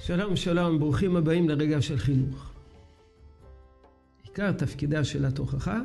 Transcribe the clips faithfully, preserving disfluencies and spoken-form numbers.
שלום שלום, ברוכים הבאים לרגע של חינוך. עיקר תפקידה של התוכחה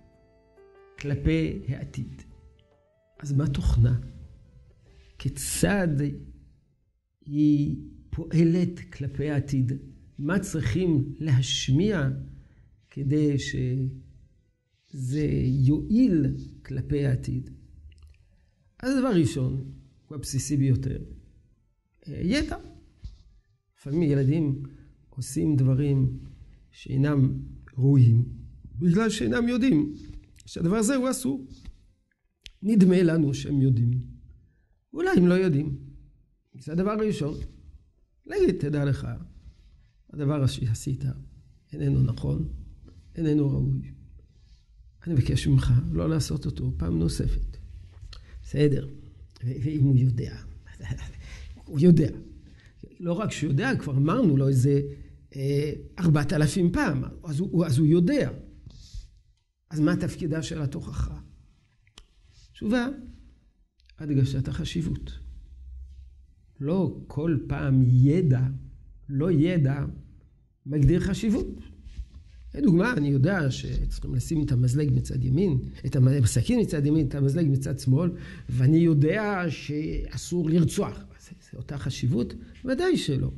כלפי העתיד. אז מה תוכנה? כיצד היא פועלת כלפי העתיד? מה צריכים להשמיע כדי שזה יועיל כלפי העתיד? אז הדבר ראשון, הוא הבסיסי ביותר, ידע. לפעמים ילדים עושים דברים שאינם ראויים, בגלל שאינם יודעים שהדבר הזה הוא אסור. נדמה לנו שהם יודעים, אולי הם לא יודעים. זה הדבר הראשון. להגיד, תדע לך, הדבר שעשית איננו נכון, איננו ראוי. אני מבקש ממך לא לעשות אותו פעם נוספת. בסדר, ואם הוא יודע, הוא יודע. לא רק שהוא יודע, כבר אמרנו לו איזה אה, ארבעת אלפים פעם, אז הוא, אז הוא יודע. אז מה תפקידה של התוכחה? תשובה, הדגשת החשיבות. לא כל פעם ידע, לא ידע, מגדיר חשיבות. לדוגמה, אני יודע שצריכים לשים את המזלג מצד ימין, את הסכין מצד ימין, את המזלג מצד שמאל, ואני יודע שאסור לרצוח. זה אותה חשיבות? ודאי שלא.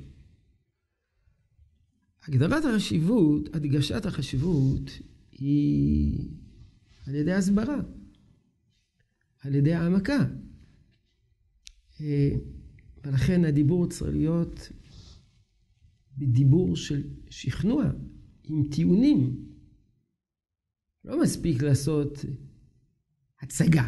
הגדרת החשיבות, הדגשת החשיבות, היא על ידי הסברה, על ידי העמקה. ולכן הדיבור צריך להיות בדיבור של שכנוע, עם טיעונים. לא מספיק לעשות הצגה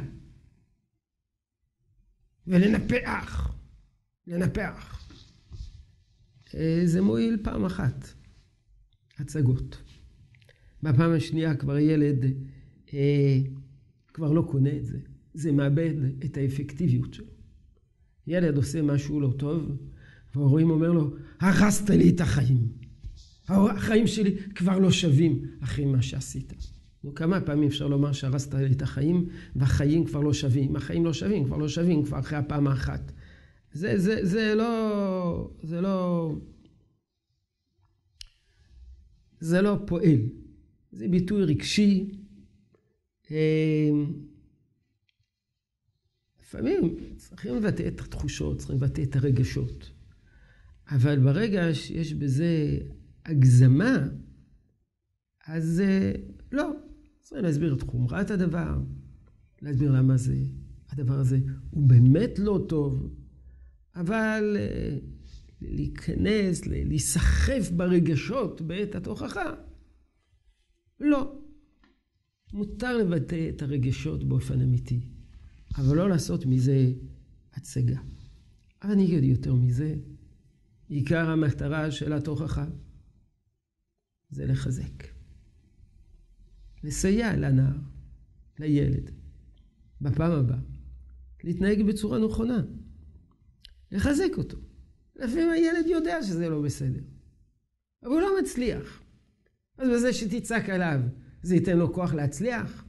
ולנפח, לנפח. זה מועיל פעם אחת, הצגות. בפעם השנייה כבר ילד אה, כבר לא קונה את זה. זה מאבד את האפקטיביות שלו. ילד עושה משהו לא טוב, וההורים אומר לו, הרסת לי את החיים. החיים שלי כבר לא שווים אחרי מה שעשית. נו, כמה פעמים אפשר לומר שהרסת לי את החיים, והחיים כבר לא שווים. החיים לא שווים, כבר לא שווים, כבר אחרי הפעם האחת. זה, זה, זה לא, זה לא, זה לא פועל. זה ביטוי רגשי. לפעמים צריכים לבטא את התחושות, צריכים לבטא את הרגשות. אבל ברגע שיש בזה הגזמה, אז לא. צריכים להסביר את חומרת הדבר, להסביר למה זה, הדבר הזה הוא באמת לא טוב, אבל להיכנס, להיסחף ברגשות בעת התוכחה, לא. מותר לבטא את הרגשות באופן אמיתי, אבל לא לעשות מזה הצגה. אבל אני אגיד יותר מזה, עיקר המטרה של התוכחה זה לחזק. לסייע לנער, לילד, בפעם הבאה, להתנהג בצורה נכונה. לחזק אותו. לפעמים הילד יודע שזה לא בסדר, אבל הוא לא מצליח. אז בזה שתצעק עליו, זה ייתן לו כוח להצליח.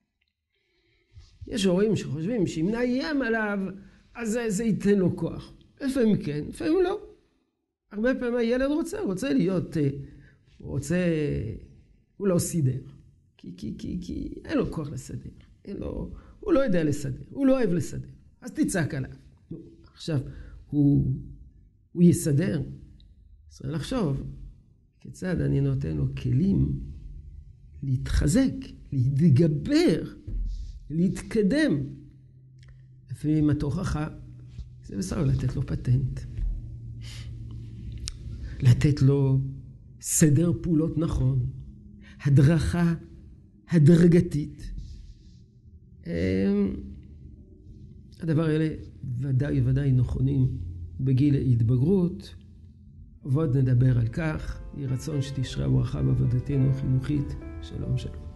יש הורים שחושבים שאם נאיים עליו, אז זה, זה ייתן לו כוח. לפעמים כן, לפעמים לא. הרבה פעמים הילד רוצה, רוצה להיות, רוצה, הוא לא סידר. כי, כי, כי, כי אין לו כוח לסדר. אין לו, הוא לא יודע לסדר, הוא לא אוהב לסדר. אז תצעק עליו. עכשיו, הוא, הוא יסדר. צריך לחשוב, כיצד אני נותן לו כלים להתחזק, להתגבר, להתקדם. לפעמים התוכחה, זה בסדר לתת לו פטנט. לתת לו סדר פעולות נכון, הדרכה הדרגתית. הדבר האלה ודאי ודאי נכונים בגיל ההתבגרות, ועוד נדבר על כך. יהי רצון שתשרה ברכה בעבודתנו החינוכית. שלום שלום.